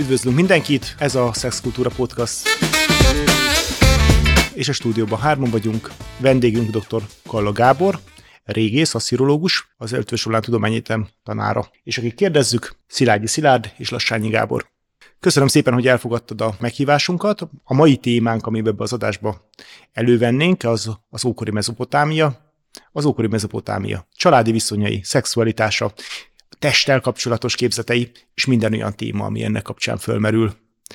Üdvözlünk mindenkit, ez a Szexkultúra Podcast. És a stúdióban 3 vagyunk, vendégünk dr. Kalla Gábor, régész, asszirológus, az Eötvös Loránd Tudományegyetem tanára. És akik kérdezzük, Szilágyi Szilárd és Lassányi Gábor. Köszönöm szépen, hogy elfogadtad a meghívásunkat. A mai témánk, amiben ebbe az adásba elővennénk, az ókori Mezopotámia. Az ókori Mezopotámia családi viszonyai, szexualitása, testtel kapcsolatos képzetei, és minden olyan téma, ami ennek kapcsán fölmerül.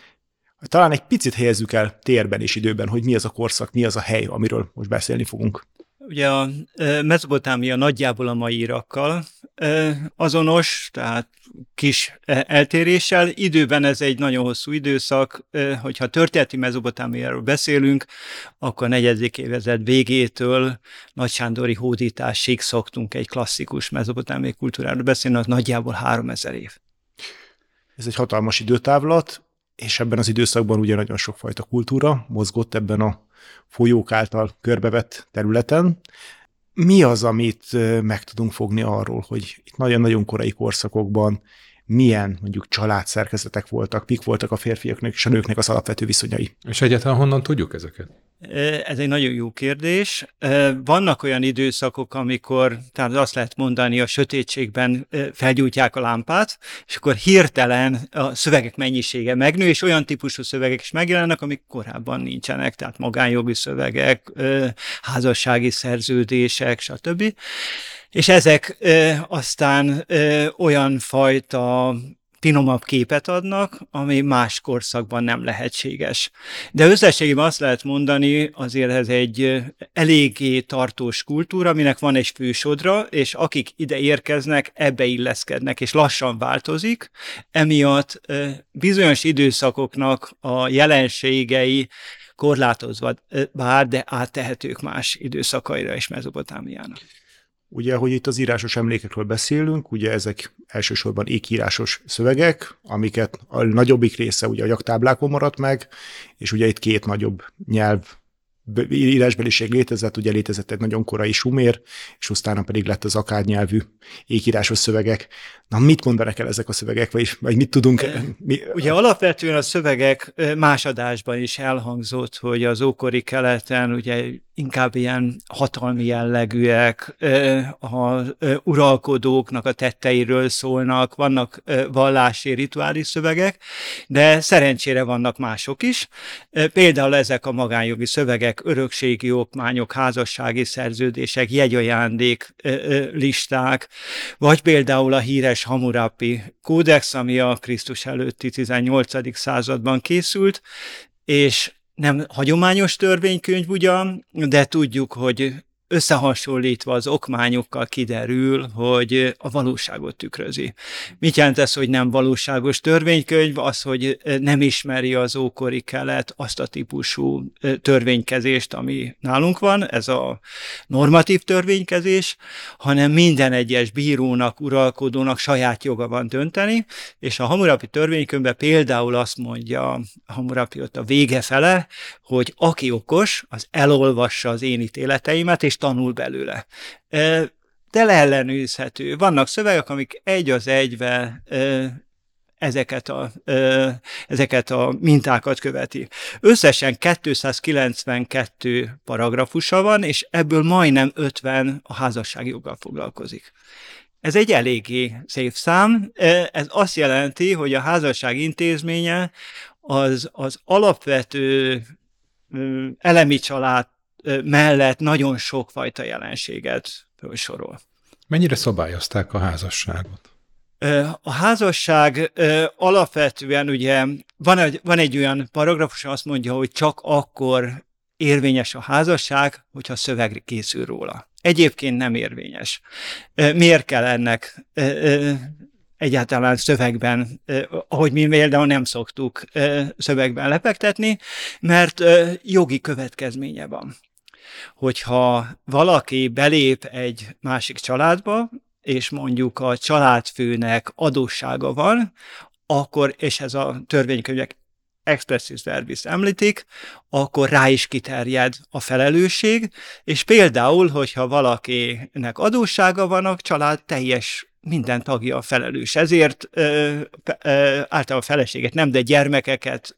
Talán egy picit helyezzük el térben és időben, hogy mi az a korszak, mi az a hely, amiről most beszélni fogunk. Ugye a Mezopotámia nagyjából a mai Irakkal azonos, tehát kis eltéréssel. Időben ez egy nagyon hosszú időszak, hogyha történeti Mezopotámiáról beszélünk, akkor a 4. évezred végétől nagysándori hódításig szoktunk egy klasszikus mezopotámiai kultúráról beszélni, az nagyjából 3000 év. Ez egy hatalmas időtávlat, és ebben az időszakban ugye nagyon sokfajta kultúra mozgott ebben a folyók által körbevett területen. Mi az, amit meg tudunk fogni arról, hogy itt nagyon-nagyon korai korszakokban milyen mondjuk családszerkezetek voltak, mik voltak a férfiaknak és a nőknek az alapvető viszonyai? És egyáltalán honnan tudjuk ezeket? Ez egy nagyon jó kérdés. Vannak olyan időszakok, amikor, tehát azt lehet mondani, a sötétségben felgyújtják a lámpát, és akkor hirtelen a szövegek mennyisége megnő, és olyan típusú szövegek is megjelennek, amik korábban nincsenek, tehát magánjogi szövegek, házassági szerződések, stb. És ezek aztán olyan fajta finomabb képet adnak, ami más korszakban nem lehetséges. De összességében azt lehet mondani, azért ez egy eléggé tartós kultúra, aminek van egy fősodra, és akik ide érkeznek, ebbe illeszkednek, és lassan változik. Emiatt bizonyos időszakoknak a jelenségei korlátozva bár, de áttehetők más időszakaira is Mezopotámiának. Ugye, hogy itt az írásos emlékekről beszélünk, ugye ezek elsősorban ékírásos szövegek, amiket a nagyobbik része ugye a jaktáblákon maradt meg, és ugye itt 2 nagyobb nyelv írásbeliség létezett, ugye létezett egy nagyon korai sumér, és utána pedig lett az akád nyelvű ékírásos szövegek. Na, mit mondanak el ezek a szövegek, vagy mit tudunk? Ugye alapvetően a szövegek más adásban is elhangzott, hogy az ókori keleten ugye inkább ilyen hatalmi jellegűek, az uralkodóknak a tetteiről szólnak, vannak vallási, rituális szövegek, de szerencsére vannak mások is. Például ezek a magánjogi szövegek, örökségi okmányok, házassági szerződések, jegyajándék listák, vagy például a híres Hammurapi kódex, ami a Krisztus előtti 18. században készült, és nem hagyományos törvénykönyv ugyan, de tudjuk, hogy összehasonlítva az okmányokkal kiderül, hogy a valóságot tükrözi. Mit jelent ez, hogy nem valóságos törvénykönyv? Az, hogy nem ismeri az ókori kelet azt a típusú törvénykezést, ami nálunk van, ez a normatív törvénykezés, hanem minden egyes bírónak, uralkodónak saját joga van dönteni, és a Hammurapi törvénykönyvben például azt mondja Hammurapi ott a vége fele, hogy aki okos, az elolvassa az én ítéleteimet, és tanul belőle. De leellenőrizhető. Vannak szövegek, amik egy az egybe ezeket a mintákat követi. Összesen 292 paragrafusa van, és ebből majdnem 50 a házasságjoggal foglalkozik. Ez egy eléggé szép szám. Ez azt jelenti, hogy a házasság intézménye az alapvető elemi család mellett nagyon sokfajta jelenséget felsorol. Mennyire szabályozták a házasságot? A házasság alapvetően ugye van egy olyan paragrafus, azt mondja, hogy csak akkor érvényes a házasság, hogyha szöveg készül róla. Egyébként nem érvényes. Miért kell ennek egyáltalán szövegben, ahogy mi például nem szoktuk szövegben lefektetni, mert jogi következménye van. Hogyha valaki belép egy másik családba, és mondjuk a családfőnek adóssága van, akkor, és ez a törvénykönyvek expressis verbis említik, akkor rá is kiterjed a felelősség, és például, hogyha valakinek adóssága van, a család teljes minden tagja a felelős. Ezért általában a feleséget nem, de gyermekeket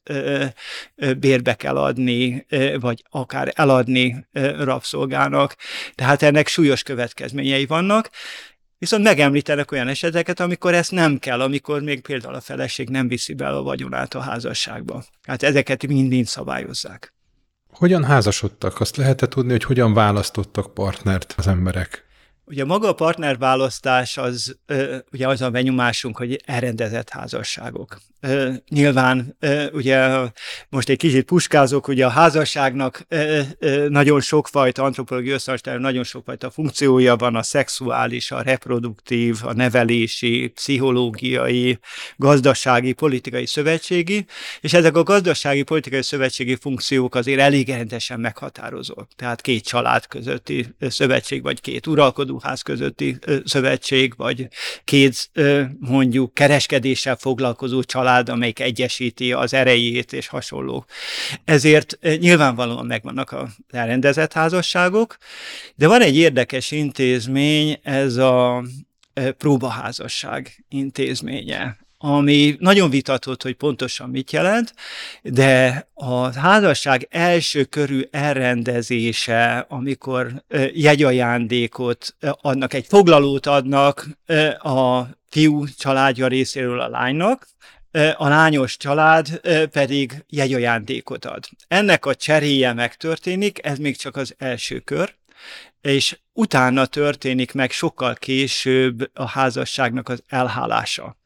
bérbe kell adni, vagy akár eladni rabszolgának. Tehát ennek súlyos következményei vannak. Viszont megemlítenek olyan eseteket, amikor ezt nem kell, amikor még például a feleség nem viszi be a vagyonát a házasságba. Hát ezeket mind szabályozzák. Hogyan házasodtak? Azt lehet tudni, hogy hogyan választottak partnert az emberek? Ugye maga a partnerválasztás az, ugye az a benyomásunk, hogy elrendezett házasságok. Nyilván, ugye most egy kicsit puskázok, ugye a házasságnak nagyon sokfajta, antropológiai összehasonlításban nagyon sokfajta funkciója van, a szexuális, a reproduktív, a nevelési, pszichológiai, gazdasági, politikai, szövetségi, és ezek a gazdasági, politikai, szövetségi funkciók azért elég rendesen meghatározók. Tehát két család közötti szövetség, vagy két uralkodóház közötti szövetség, vagy két mondjuk kereskedéssel foglalkozó család, amelyik egyesíti az erejét és hasonló. Ezért nyilvánvalóan megvannak az elrendezett házasságok, de van egy érdekes intézmény, ez a próbaházasság intézménye, ami nagyon vitatott, hogy pontosan mit jelent, de a házasság első körű elrendezése, amikor jegyajándékot adnak, egy foglalót adnak a fiú családja részéről a lánynak, a lányos család pedig jegyajándékot ad. Ennek a cseréje megtörténik, ez még csak az első kör, és utána történik meg sokkal később a házasságnak az elhálása.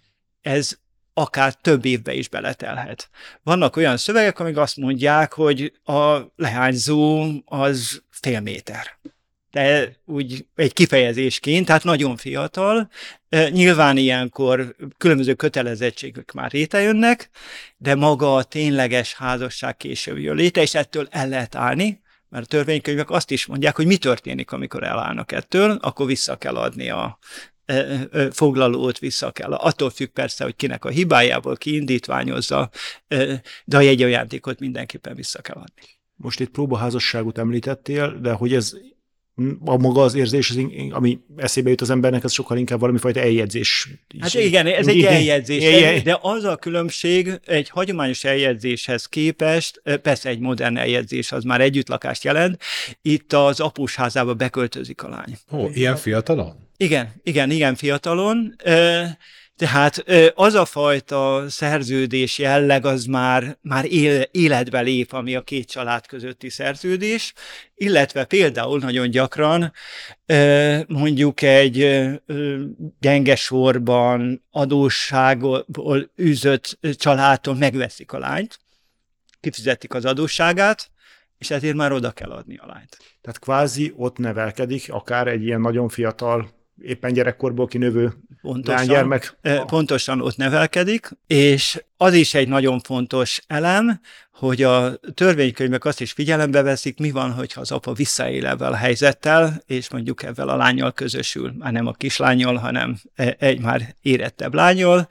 Ez akár több évbe is beletelhet. Vannak olyan szövegek, amik azt mondják, hogy a leányzó az fél méter. De úgy egy kifejezésként, tehát nagyon fiatal. Nyilván ilyenkor különböző kötelezettségek már létrejönnek, de maga a tényleges házasság később jön létre, és ettől el lehet állni, mert a törvénykönyvek azt is mondják, hogy mi történik, amikor elállnak ettől, akkor vissza kell adni a foglalót, vissza kell. Attól függ persze, hogy kinek a hibájából kiindítványozza, de a jegyajándékot mindenképpen vissza kell adni. Most itt próbaházasságot említettél, de hogy ez a maga az érzés, ami eszébe jut az embernek, ez sokkal inkább valamifajta eljegyzés. Hát igen, ez egy eljegyzés, de az a különbség egy hagyományos eljegyzéshez képest, persze egy modern eljegyzés az már együttlakást jelent, itt az após házába beköltözik a lány. Ó, ilyen fiatalon? Igen, fiatalon. Tehát az a fajta szerződés jelleg az már életbe lép, ami a két család közötti szerződés, illetve például nagyon gyakran mondjuk egy gyenge sorban adósságból űzött családtól megveszik a lányt, kifizetik az adósságát, és ezért már oda kell adni a lányt. Tehát kvázi ott nevelkedik, akár egy ilyen nagyon fiatal, éppen gyerekkorból kinövő lánygyermek. Pontosan ott nevelkedik, és az is egy nagyon fontos elem, hogy a törvénykönyvek azt is figyelembe veszik, mi van, hogyha az apa visszaél ebben a helyzettel, és mondjuk ebben a lánnyal közösül, már nem a kislánnyal, hanem egy már érettebb lánnyal.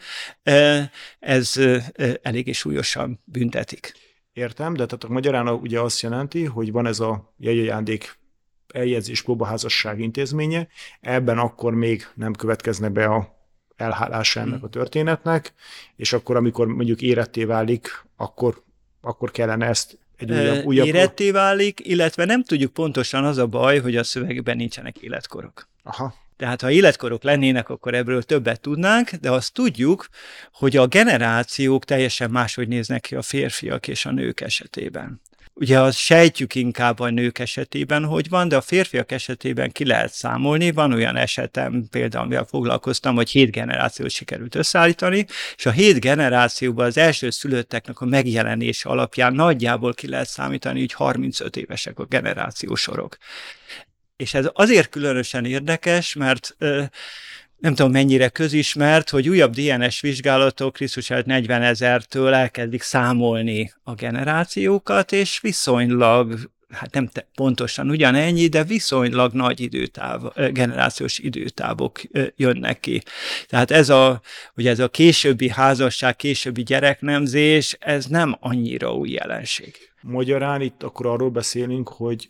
Ez eléggé súlyosan büntetik. Értem, de tehát a magyarán ugye azt jelenti, hogy van ez a jegyajándék eljegyzés próbaházasság intézménye, ebben akkor még nem következne be a elhálása ennek a történetnek, és akkor, amikor mondjuk éretté válik, akkor kellene ezt egy újabb... Éretté válik, illetve nem tudjuk pontosan, az a baj, hogy a szövegben nincsenek életkorok. Aha. Tehát ha életkorok lennének, akkor ebből többet tudnánk, de azt tudjuk, hogy a generációk teljesen máshogy néznek ki a férfiak és a nők esetében. Ugye azt sejtjük inkább a nők esetében, hogy van, de a férfiak esetében ki lehet számolni. Van olyan esetem, például amivel foglalkoztam, hogy 7 generációt sikerült összeállítani, és a 7 generációban az első szülötteknek a megjelenése alapján nagyjából ki lehet számítani, hogy 35 évesek a generációsorok. És ez azért különösen érdekes, mert nem tudom mennyire közismert, hogy újabb DNS vizsgálatok Krisztus előtt 40 000-től elkezdik számolni a generációkat, és viszonylag, hát nem pontosan ugyanennyi, de viszonylag nagy generációs időtávok jönnek ki. Tehát ez a későbbi házasság, későbbi gyereknemzés, ez nem annyira új jelenség. Magyarán itt akkor arról beszélünk, hogy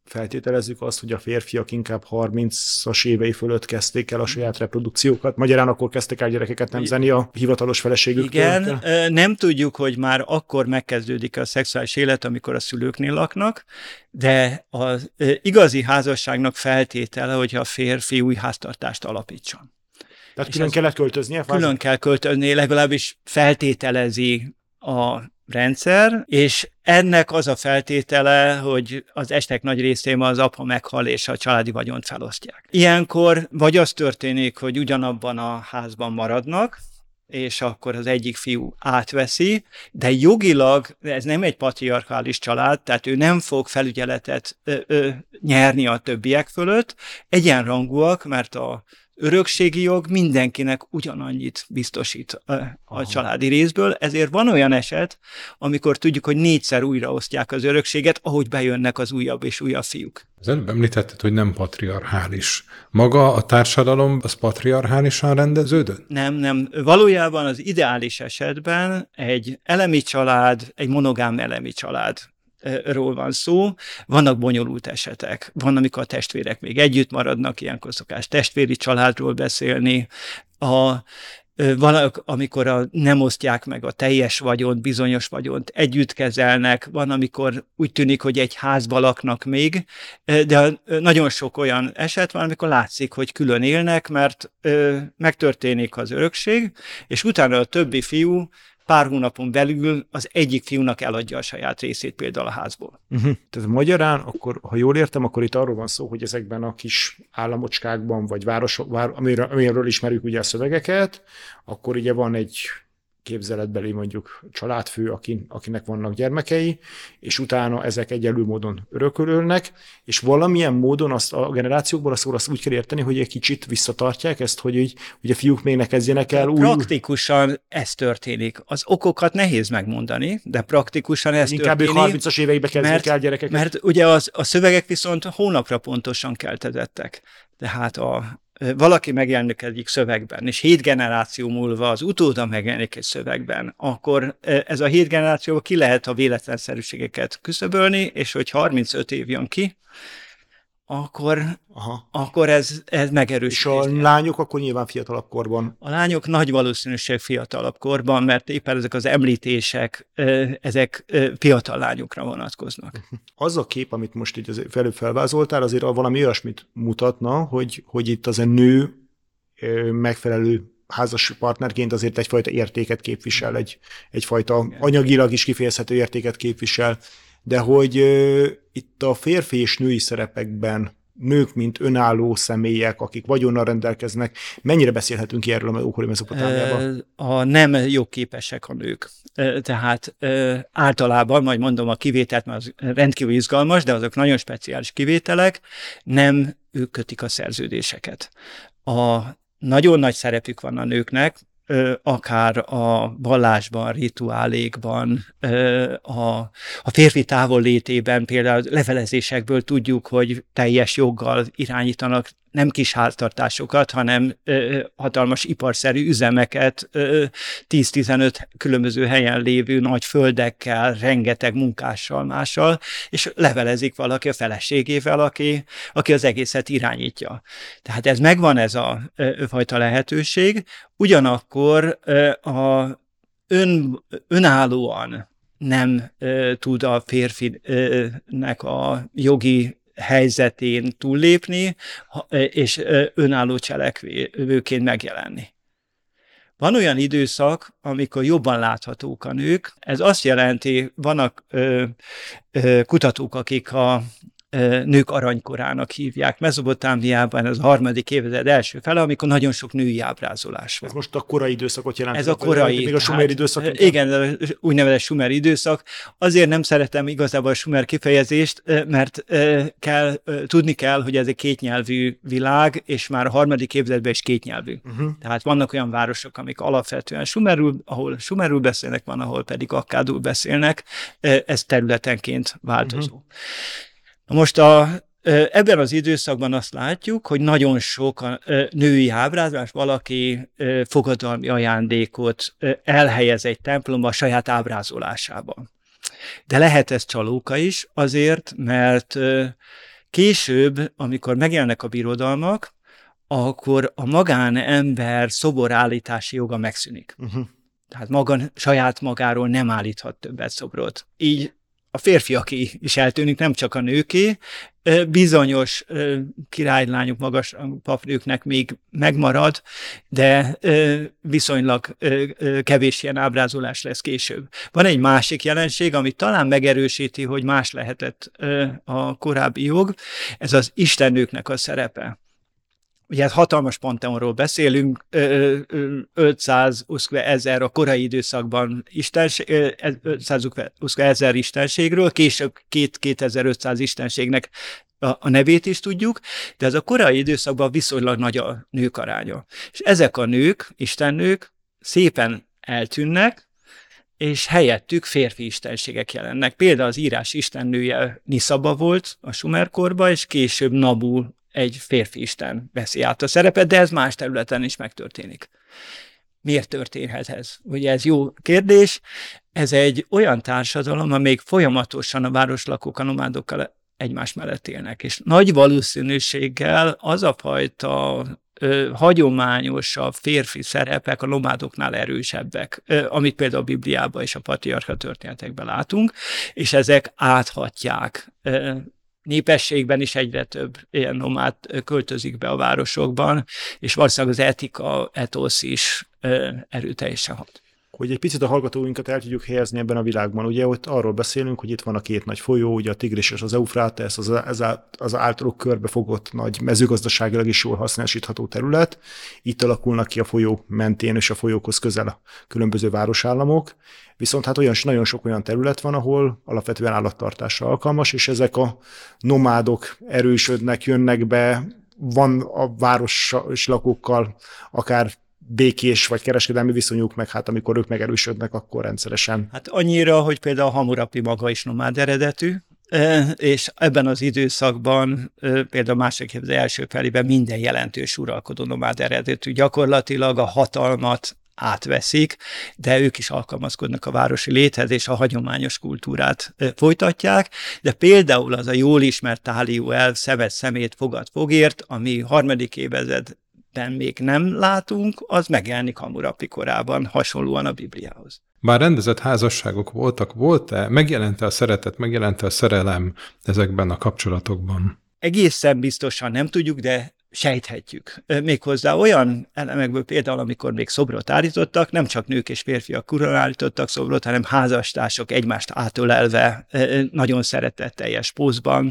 feltételezzük azt, hogy a férfiak inkább 30-as évei fölött kezdték el a saját reprodukciókat. Magyarán akkor kezdtek el gyerekeket nemzeni a hivatalos feleségüktől. Igen, nem tudjuk, hogy már akkor megkezdődik a szexuális élet, amikor a szülőknél laknak, de az igazi házasságnak feltétele, hogy a férfi új háztartást alapítson. Tehát külön kellett költöznie? Külön kell költözni, legalábbis feltételezi a rendszer, és ennek az a feltétele, hogy az estek nagy részében az apa meghal, és a családi vagyont felosztják. Ilyenkor vagy az történik, hogy ugyanabban a házban maradnak, és akkor az egyik fiú átveszi, de jogilag ez nem egy patriarchális család, tehát ő nem fog felügyeletet nyerni a többiek fölött, egyenrangúak, mert a örökségi jog mindenkinek ugyanannyit biztosít a családi részből, ezért van olyan eset, amikor tudjuk, hogy 4-szer újraosztják az örökséget, ahogy bejönnek az újabb és újabb fiúk. Az előbb említetted, hogy nem patriarchális. Maga a társadalom az patriarchálisan rendeződött? Nem. Valójában az ideális esetben egy elemi család, egy monogám elemi család ról van szó, vannak bonyolult esetek, van, amikor a testvérek még együtt maradnak, ilyenkor szokás testvéri családról beszélni, van, amikor nem osztják meg a teljes vagyont, bizonyos vagyont együtt kezelnek, van, amikor úgy tűnik, hogy egy házba laknak még, de nagyon sok olyan eset van, amikor látszik, hogy külön élnek, mert megtörténik az örökség, és utána a többi fiú pár hónapon belül az egyik fiúnak eladja a saját részét például a házból. Tehát magyarán, akkor, ha jól értem, akkor itt arról van szó, hogy ezekben a kis államocskákban, vagy városok, amiről ismerjük ugye a szövegeket, akkor ugye van egy képzeletbeli mondjuk családfő, akinek vannak gyermekei, és utána ezek egyenlő módon örökölnek, és valamilyen módon azt a generációkból azt úgy kell érteni, hogy egy kicsit visszatartják ezt, hogy a fiúk még ne kezdjenek el új... Praktikusan ez történik. Az okokat nehéz megmondani, de praktikusan ez inkább történik. Inkább 30-as éveibe kezdik el gyerekeket. Mert ugye a szövegek viszont hónapra pontosan keltezettek. Tehát valaki megjelenik egyik szövegben, és 7 generáció múlva az utóda megjelenik egy szövegben, akkor ez a 7 generációban ki lehet a véletlenszerűségeket küszöbölni, és hogy 35 év jön ki, akkor ez megerősítés. És a lányok akkor nyilván fiatalabb korban? A lányok nagy valószínűség fiatalabb korban, mert éppen ezek az említések, ezek fiatal lányokra vonatkoznak. Az a kép, amit most így előbb felvázoltál, azért valami olyasmit mutatna, hogy itt az a nő megfelelő házas partnerként azért egyfajta értéket képvisel, egyfajta anyagilag is kifejezhető értéket képvisel, de hogy itt a férfi és női szerepekben nők, mint önálló személyek, akik vagyonnal rendelkeznek, mennyire beszélhetünk erről a ókori Mezopotámiában? Nem jogképesek a nők. Tehát általában, majd mondom a kivételt, mert az rendkívül izgalmas, de azok nagyon speciális kivételek, nem ők kötik a szerződéseket. Nagyon nagy szerepük van a nőknek, akár a vallásban, rituálékban, a férfi távollétében, például levelezésekből tudjuk, hogy teljes joggal irányítanak nem kis háztartásokat, hanem hatalmas iparszerű üzemeket, 10-15 különböző helyen lévő nagy földekkel, rengeteg munkással, mással, és levelezik valaki a feleségével, aki az egészet irányítja. Tehát ez megvan, ez a fajta lehetőség, ugyanakkor önállóan nem tud a férfinek a jogi helyzetén túllépni, és önálló cselekvőként megjelenni. Van olyan időszak, amikor jobban láthatók a nők. Ez azt jelenti, vannak kutatók, akik a nők aranykorának hívják. Mezopotámiában ez a 3. évezred első fele, amikor nagyon sok női ábrázolás van. Ez most a korai időszakot jelenti. Ez a korai. Még a sumer időszak. Igen, úgynevezett sumer időszak. Azért nem szeretem igazából a sumer kifejezést, mert tudni kell, hogy ez egy kétnyelvű világ, és már a 3. évezredben is kétnyelvű. Tehát vannak olyan városok, amik alapvetően sumerül, ahol sumerül beszélnek, van, ahol pedig akkádul beszélnek. Ez területenként változó. Most ebben az időszakban azt látjuk, hogy nagyon sok a női ábrázolás, valaki fogadalmi ajándékot elhelyez egy templomba a saját ábrázolásában. De lehet ez csalóka is azért, mert Később, amikor megjelennek a birodalmak, akkor a magánember szoborállítási joga megszűnik. Tehát saját magáról nem állíthat többet szobrot. Így a férfiaké is eltűnik, nem csak a nőké. Bizonyos királylányok, magas papnőknek még megmarad, de viszonylag kevés ilyen ábrázolás lesz később. Van egy másik jelenség, ami talán megerősíti, hogy más lehetett a korábbi jog, ez az istennőknek a szerepe. Ugye hát hatalmas panteonról beszélünk, 520 000 a korai időszakban 520 000 istenségről, később 2500 istenségnek a nevét is tudjuk, de ez a korai időszakban viszonylag nagy a nők aránya. És ezek a nők, istennők szépen eltűnnek, és helyettük férfi istenségek jelennek. Például az írás istennője Niszaba volt a sumerkorban, és később Nabu, egy férfi isten veszi át a szerepet, de ez más területen is megtörténik. Miért történhet ez? Ugye ez jó kérdés. Ez egy olyan társadalom, amelyik folyamatosan a városlakók, a nomádokkal egymás mellett élnek, és nagy valószínűséggel az a fajta hagyományosabb férfi szerepek a nomádoknál erősebbek, amit például a Bibliában és a patriarcha történetekben látunk, és ezek áthatják. Népességben is egyre több ilyen nomád költözik be a városokban, és valószínűleg az etika, etosz is erőteljesen hat. Hogy egy picit a hallgatóinkat el tudjuk helyezni ebben a világban. Ugye ott arról beszélünk, hogy itt van a két nagy folyó, ugye a Tigris és az Eufrátesz, az általuk körbefogott nagy mezőgazdaságilag is jól hasznosítható terület. Itt alakulnak ki a folyó mentén és a folyókhoz közel a különböző városállamok. Viszont hát nagyon sok olyan terület van, ahol alapvetően állattartásra alkalmas, és ezek a nomádok erősödnek, jönnek be, van a város lakókkal akár békés vagy kereskedelmi viszonyuk, meg hát amikor ők megerősödnek, akkor rendszeresen. Hát annyira, hogy például Hammurapi maga is nomád eredetű, és ebben az időszakban, például második évben, az első felében minden jelentős uralkodó nomád eredetű. Gyakorlatilag a hatalmat átveszik, de ők is alkalmazkodnak a városi léthez, és a hagyományos kultúrát folytatják, de például az a jól ismert tálió elv, szemet szemét, fogad fogért, ami 3. évezredben még nem látunk, az megjelenik Hammurapi korában, hasonlóan a Bibliához. Bár rendezett házasságok voltak, megjelente a szeretet, megjelente a szerelem ezekben a kapcsolatokban? Egészen biztosan nem tudjuk, de sejthetjük. Méghozzá olyan elemekből például, amikor még szobrot állítottak, nem csak nők és férfiak állítottak szobrot, hanem házastársok egymást átölelve, nagyon szeretetteljes pózban.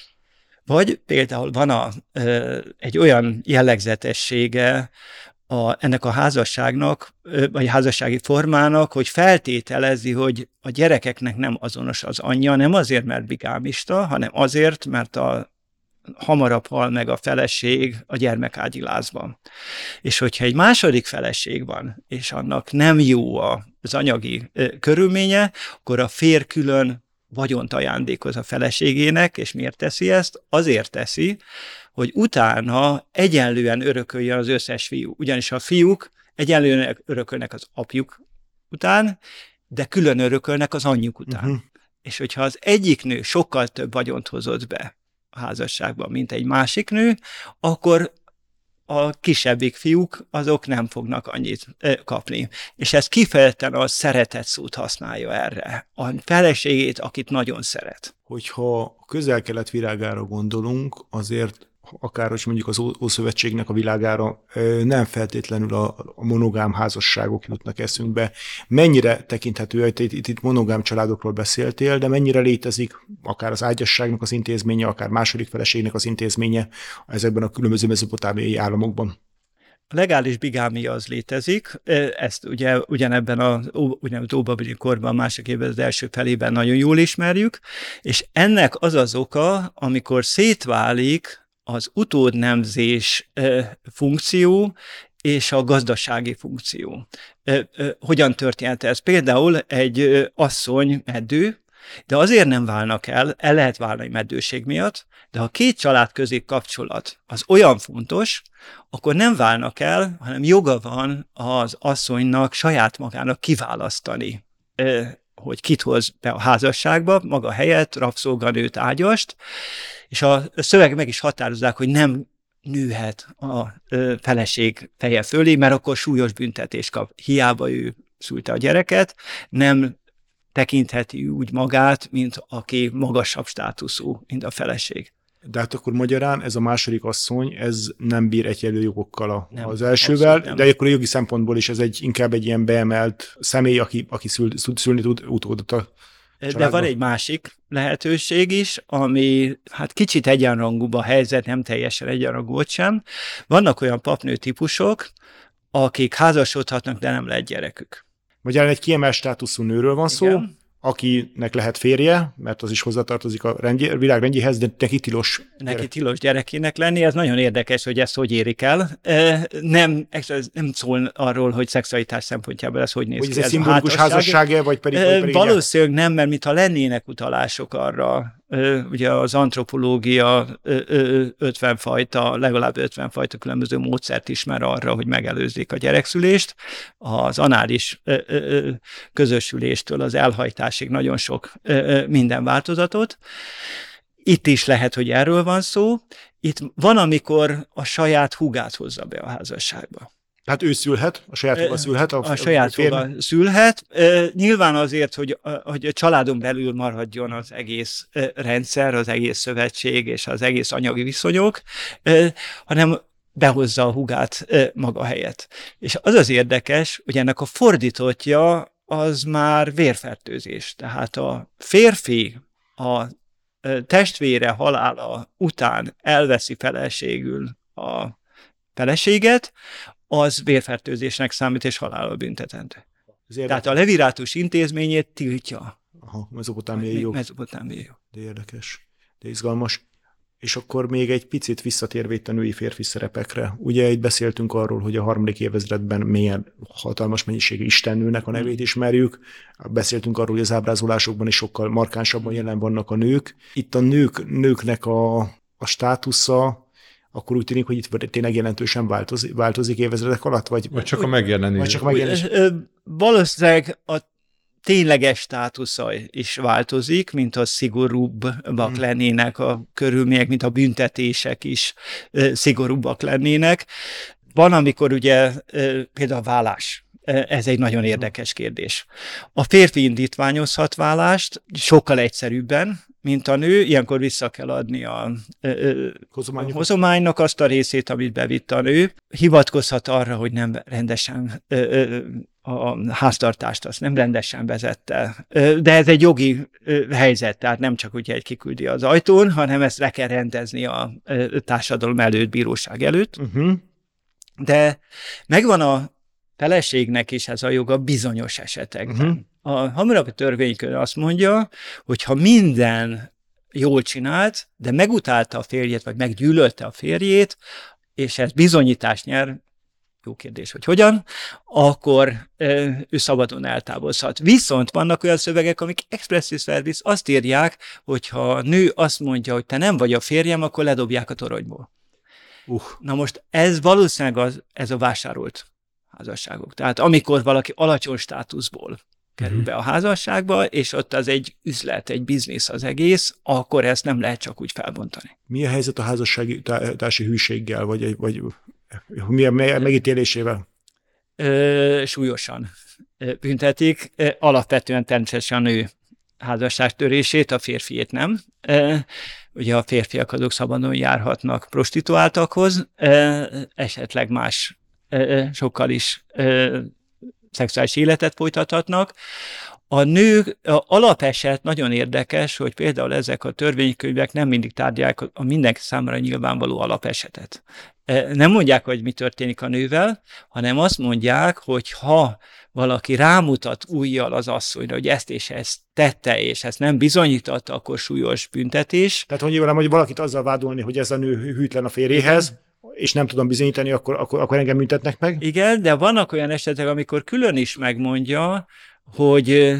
Vagy például van egy olyan jellegzetessége ennek a házasságnak, vagy házassági formának, hogy feltételezi, hogy a gyerekeknek nem azonos az anyja, nem azért, mert bigámista, hanem azért, mert hamarabb hal meg a feleség a gyermekágyi lázban. És hogyha egy második feleség van, és annak nem jó az anyagi körülménye, akkor a férj külön vagyont ajándékoz a feleségének, és miért teszi ezt? Azért teszi, hogy utána egyenlően örököljön az összes fiú. Ugyanis a fiúk egyenlően örökölnek az apjuk után, de külön örökölnek az anyjuk után. Uh-huh. És hogyha az egyik nő sokkal több vagyont hozott be a házasságban, mint egy másik nő, akkor a kisebbik fiúk, azok nem fognak annyit kapni. És ez kifejezetten a szeretet szót használja erre. A feleségét, akit nagyon szeret. Hogyha a Közel-Kelet világára gondolunk, azért akárhogy mondjuk az Ószövetségnek a világára nem feltétlenül a monogám házasságok jutnak eszünkbe. Mennyire tekinthető, hogy itt monogám családokról beszéltél, de mennyire létezik akár az ágyasságnak az intézménye, akár második feleségnek az intézménye ezekben a különböző mezopotámiai államokban? A legális bigámia az létezik, ezt ugye ugyanebben az óbabili korban, második évben, az első felében nagyon jól ismerjük, és ennek az az oka, amikor szétválik az utódnemzés funkció és a gazdasági funkció. Hogyan történt ez? Például egy asszony meddő, de azért nem válnak el lehet válni meddőség miatt, de ha két család közé kapcsolat az olyan fontos, akkor nem válnak el, hanem joga van az asszonynak saját magának kiválasztani hogy kit hoz be a házasságba, maga helyett, rabszolganőt, ágyast, és a szöveg meg is határozzák, hogy nem nőhet a feleség feje fölé, mert akkor súlyos büntetést kap. Hiába ő szülte a gyereket, nem tekintheti úgy magát, mint aki magasabb státuszú, mint a feleség. De hát akkor magyarán ez a második asszony, ez nem bír egyenlő jogokkal az Nem, elsővel, de akkor a jogi szempontból is ez inkább egy ilyen beemelt személy, aki szülni tud utódot a családba. De van egy másik lehetőség is, ami hát kicsit egyenrangúbb a helyzet, nem teljesen egyenrangú ott sem. Vannak olyan papnő típusok, akik házasodhatnak, de nem lehet gyerekük. Magyarán egy kiemelt státuszú nőről van szó, Igen. akinek lehet férje, mert az is hozzátartozik a világrendjéhez, de neki tilos. Tilos gyerekének lenni, ez nagyon érdekes, hogy ezt hogy érik el. Nem szól arról, hogy szexualitás szempontjából ez hogy néz hogy ki. ez egy szimbolikus házasság-e, vagy pedig valószínűleg nem, mert mintha lennének utalások arra, ugye az antropológia 50 fajta, legalább 50 fajta különböző módszert ismer arra, hogy megelőzzék a gyerekszülést. Az anális közösüléstől az elhajtásig nagyon sok minden változatot. Itt is lehet, hogy erről van szó. Itt van, amikor a saját húgát hozza be a házasságba. Hát ő szülhet, a saját húga szülhet. A saját húga szülhet. Nyilván azért, hogy a családon belül maradjon az egész rendszer, az egész szövetség és az egész anyagi viszonyok, hanem behozza a húgát maga helyett. És az az érdekes, hogy ennek a fordítottja az már vérfertőzés. Tehát a férfi a testvére halála után elveszi feleségül a feleséget, az vérfertőzésnek számít és halállal büntetendő. Tehát a levirátus intézményét tiltja. Aha, mezopotámiai jog. Mezopotámiai jog. De érdekes, de izgalmas. És akkor még egy picit visszatérve itt a női-férfi szerepekre. Ugye itt beszéltünk arról, hogy a 3. évezredben milyen hatalmas mennyiségű istennőnek a nevét ismerjük. Beszéltünk arról, hogy az ábrázolásokban is sokkal markánsabban jelen vannak a nők. Itt a nőknek a státusza, akkor úgy tűnik, hogy itt tényleg jelentősen változik évezredek alatt? Vagy csak a megjelenés. Valószínűleg a tényleges státusza is változik, mint a szigorúbbak lennének a körülmények, mint a büntetések is szigorúbbak lennének. Van, amikor ugye például a vállás. Ez egy nagyon érdekes kérdés. A férfi indítványozhat vállást sokkal egyszerűbben, mint a nő, ilyenkor vissza kell adni a hozománynak azt a részét, amit bevitt a nő. Hivatkozhat arra, hogy nem rendesen a háztartást azt nem rendesen vezette. De ez egy jogi helyzet, tehát nem csak ugye egy kiküldi az ajtón, hanem ezt le kell rendezni a társadalom előtt, bíróság előtt. De megvan a feleségnek is ez a joga bizonyos esetekben. A Hammurapi törvénykönyv azt mondja, hogy ha minden jól csinált, de megutálta a férjét, vagy meggyűlölte a férjét, és ez bizonyítást nyer, jó kérdés, hogy hogyan, akkor ő szabadon eltávozhat. Viszont vannak olyan szövegek, amik expressis verbis azt írják, hogy ha a nő azt mondja, hogy te nem vagy a férjem, akkor ledobják a toronyból. Na most ez valószínűleg ez a vásárolt házasságok. Tehát amikor valaki alacsony státuszból kerül be a házasságba, és ott az egy üzlet, egy biznisz az egész, akkor ezt nem lehet csak úgy felbontani. Mi a helyzet a házassági társi hűséggel, vagy mi a megítélésével? Súlyosan büntetik. Alapvetően természetesen a nő házasságtörését, a férfiét nem. Ugye a férfiak azok szabadon járhatnak prostituáltakhoz, esetleg más sokkal is szexuális életet folytathatnak. A nők alapeset nagyon érdekes, hogy például ezek a törvénykönyvek nem mindig tárgyalják a mindenki számára nyilvánvaló alapesetet. Nem mondják, hogy mi történik a nővel, hanem azt mondják, hogy ha valaki rámutat ujjal az asszonyra, hogy ezt és ezt tette, és ezt nem bizonyította, akkor súlyos büntetés. Tehát hogy valakit azzal vádolni, hogy ez a nő hűtlen a férjéhez, és nem tudom bizonyítani, akkor engem büntetnek meg? Igen, de vannak olyan esetek, amikor külön is megmondja, hogy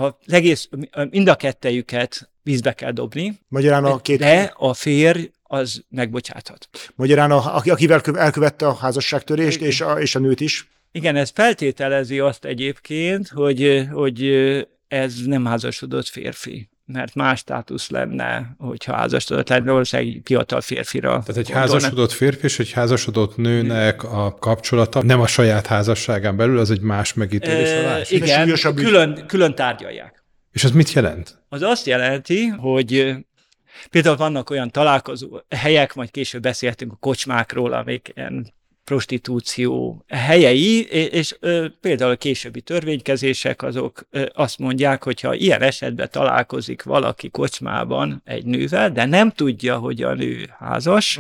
mind a kettejüket vízbe kell dobni, magyarán de a férj az megbocsáthat. Magyarán akivel elkövette a házasságtörést, és a nőt is? Igen, ez feltételezi azt egyébként, hogy ez nem házasodott férfi, mert más státusz lenne, hogyha házasodott lenne, valószínűleg fiatal férfira. Tehát egy házasodott férfi és egy házasodott nőnek a kapcsolata nem a saját házasságán belül, az egy más megítélés alá. Igen, külön tárgyalják. És az mit jelent? Az azt jelenti, hogy például vannak olyan találkozó helyek, majd később beszéltünk a kocsmákról, amik ilyen prostitúció helyei, és például a későbbi törvénykezések azok azt mondják, hogyha ilyen esetben találkozik valaki kocsmában egy nővel, de nem tudja, hogy a nő házas,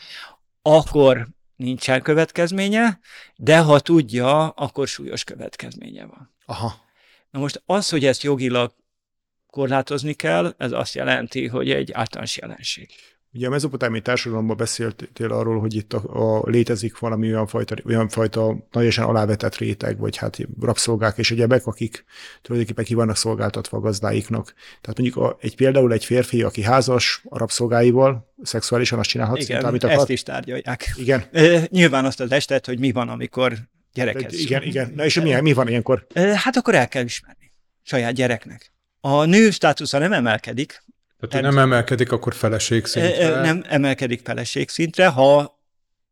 akkor nincsen következménye, de ha tudja, akkor súlyos következménye van. Aha. Na most az, hogy ezt jogilag korlátozni kell, ez azt jelenti, hogy egy általános jelenség. Ugye a mezopotámiai társadalomban beszéltél arról, hogy itt létezik valami olyan fajta nagyosan alávetett réteg, vagy hát rabszolgák és egyebek, akik tulajdonképpen ki vannak szolgáltatva a gazdáiknak. Tehát mondjuk például egy férfi, aki házas a rabszolgáival, szexuálisan azt csinálhat, igen, amit akar. Ezt is tárgyalják. Igen. Nyilván azt az estet, hogy mi van, amikor gyerekhez. Igen. Na és mi van ilyenkor? Hát akkor el kell ismerni saját gyereknek. A nő státusza nem emelkedik. Tehát nem emelkedik, akkor feleségszintre? Nem emelkedik feleségszintre, ha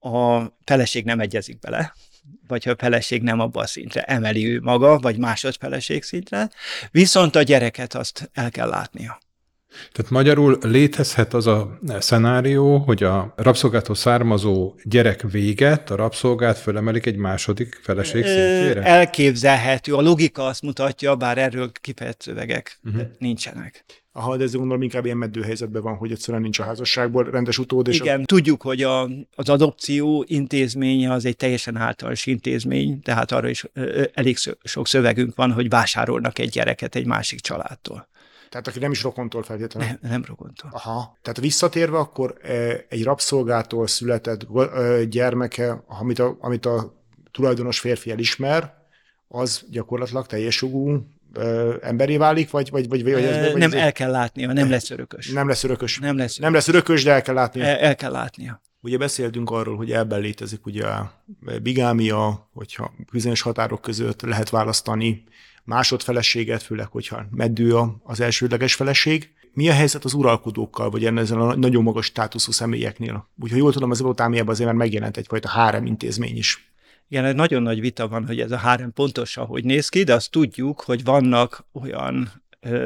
a feleség nem egyezik bele, vagy ha a feleség nem abba a szintre emeli ő maga, vagy másodfeleség szintre, viszont a gyereket azt el kell látnia. Tehát magyarul létezhet az a szenárió, hogy a rabszolgától származó gyerek véget, a rabszolgát fölemelik egy második feleség szintjére? Elképzelhető. A logika azt mutatja, bár erről kifejezett szövegek nincsenek. Aha, de ez gondolom inkább ilyen meddőhelyzetben van, hogy egyszerűen nincs a házasságból rendes utód. És igen, tudjuk, hogy az adopció intézménye az egy teljesen általános intézmény, tehát arra is elég sok szövegünk van, hogy vásárolnak egy gyereket egy másik családtól. Tehát aki nem is rokontól feltétlenül. Nem rokontól. Aha. Tehát visszatérve akkor egy rabszolgától született gyermeke, amit a tulajdonos férfi elismer, az gyakorlatilag teljes jogú emberé válik, vagy nem, el kell látnia, nem lesz örökös. Nem lesz örökös. Nem lesz örökös, de el kell látnia. El kell látnia. Ugye beszéltünk arról, hogy ebben létezik ugye a bigámia, hogyha bizonyos határok között lehet választani másodfeleséget, főleg, hogyha meddő az elsődleges feleség. Mi a helyzet az uralkodókkal, vagy ezen a nagyon magas státuszú személyeknél? Úgyhogy jól tudom, az Mezopotámiában azért már megjelent egyfajta hárem intézmény is. Igen, egy nagyon nagy vita van, hogy ez a hárem pontosan hogy néz ki, de azt tudjuk, hogy vannak olyan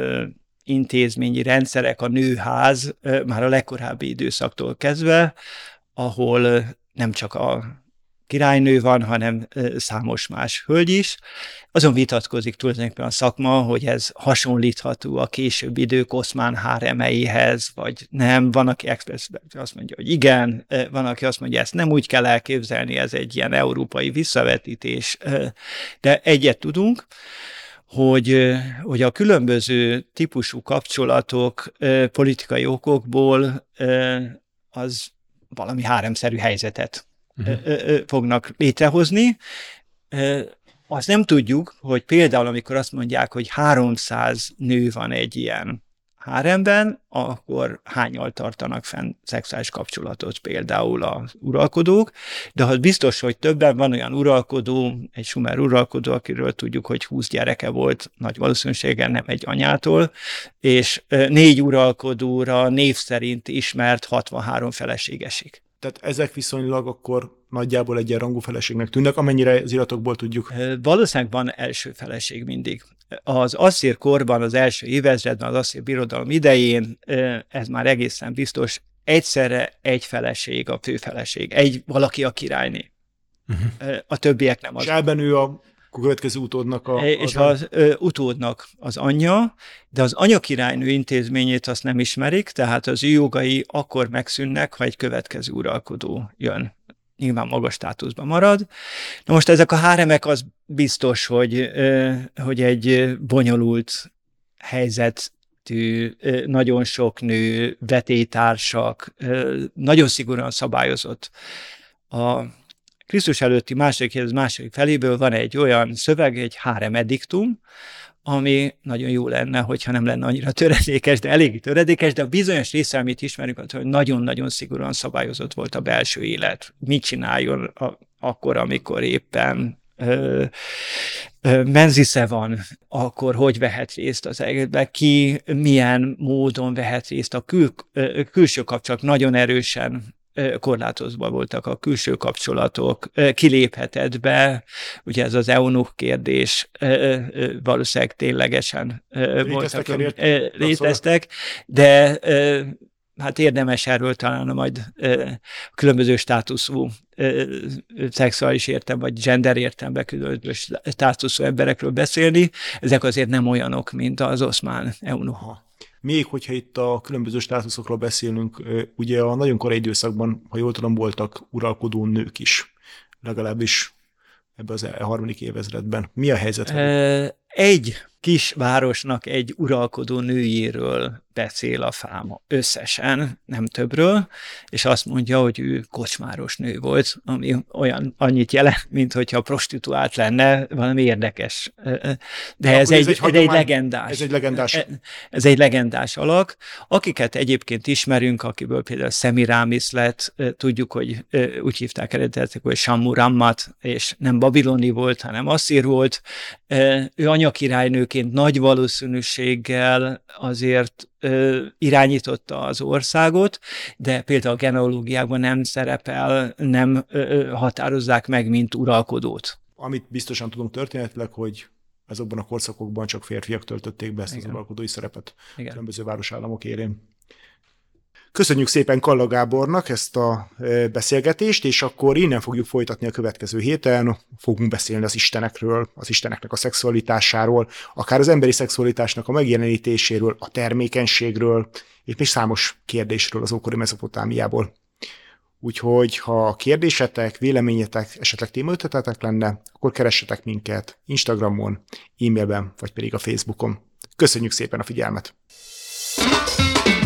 intézményi rendszerek, a nőház már a legkorábbi időszaktól kezdve, ahol nem csak a királynő van, hanem számos más hölgy is. Azon vitatkozik tulajdonképpen a szakma, hogy ez hasonlítható a későbbi idők oszmán háremeihez, vagy nem. Van, aki azt mondja, hogy igen, van, aki azt mondja, ezt nem úgy kell elképzelni, ez egy ilyen európai visszavetítés. De egyet tudunk, hogy a különböző típusú kapcsolatok politikai okokból az valami háremszerű helyzetet fognak létrehozni. Azt nem tudjuk, hogy például amikor azt mondják, hogy 300 nő van egy ilyen háremben, akkor hányan tartanak fenn szexuális kapcsolatot például az uralkodók, de az biztos, hogy többen van olyan uralkodó, egy sumer uralkodó, akiről tudjuk, hogy 20 gyereke volt, nagy valószínűséggel nem egy anyától, és 4 uralkodóra név szerint ismert 63 feleség esik. Tehát ezek viszonylag akkor nagyjából egyenrangú feleségnek tűnnek, amennyire az iratokból tudjuk. Valószínűleg van első feleség mindig. Az asszír korban, az első évezredben, az asszír birodalom idején, ez már egészen biztos, egyszerre egy feleség, a főfeleség, valaki a királyné. A többiek nem az. És elbenő a következő utódnak és az utódnak az anyja, de az anyakirálynő intézményét azt nem ismerik, tehát az ő jogai akkor megszűnnek, ha egy következő uralkodó jön. Nyilván magas státuszban marad. Na most ezek a háremek az biztos, hogy egy bonyolult helyzetű, nagyon sok nő, vetélytársak, nagyon szigorúan szabályozott. A Krisztus előtti második feléből van egy olyan szöveg, egy hárem ediktum, ami nagyon jó lenne, hogyha nem lenne annyira töredékes, de eléggé töredékes, de a bizonyos része, amit ismerünk, hogy nagyon-nagyon szigorúan szabályozott volt a belső élet. Mit csináljon akkor, amikor éppen menzisze van, akkor hogy vehet részt az egészben, ki milyen módon vehet részt. A külső kapcsolatok nagyon erősen korlátozva voltak a külső kapcsolatok, kiléphetett be, ugye ez az eunuch kérdés valószínűleg ténylegesen léteztek, de hát érdemes erről talán majd különböző státuszú szexuális vagy gender értelemben különböző státuszú emberekről beszélni. Ezek azért nem olyanok, mint az oszmán eunuch. Még hogyha itt a különböző státuszokról beszélünk, ugye a nagyon korai időszakban, ha jól tudom, voltak uralkodó nők is, legalábbis ebben az harmadik évezredben. Mi a helyzet? Egy kis városnak egy uralkodó nőjéről beszél a fáma összesen, nem többről, és azt mondja, hogy ő kocsmáros nő volt, ami annyit jelent, mint hogyha prostituált lenne, valami érdekes. De ez egy legendás. Ez egy legendás. Ez egy legendás alak. Akiket egyébként ismerünk, akiből például Szemirámisz lett, tudjuk, hogy úgy hívták eredetileg, hogy Sammurammat, és nem babiloni volt, hanem asszír volt. Ő anyakirálynőként nagy valószínűséggel azért irányította az országot, de például a genealógiákban nem szerepel, nem határozzák meg, mint uralkodót. Amit biztosan tudunk történetileg, hogy azokban a korszakokban csak férfiak töltötték be ezt az uralkodói szerepet különböző városállamok élén. Köszönjük szépen Kalla Gábornak ezt a beszélgetést, és akkor innen fogjuk folytatni a következő héten. Fogunk beszélni az istenekről, az isteneknek a szexualitásáról, akár az emberi szexualitásnak a megjelenítéséről, a termékenységről, és még számos kérdésről az ókori Mezopotámiából. Úgyhogy, ha kérdésetek, véleményetek, esetleg témaötletetek lenne, akkor keressetek minket Instagramon, e-mailben, vagy pedig a Facebookon. Köszönjük szépen a figyelmet!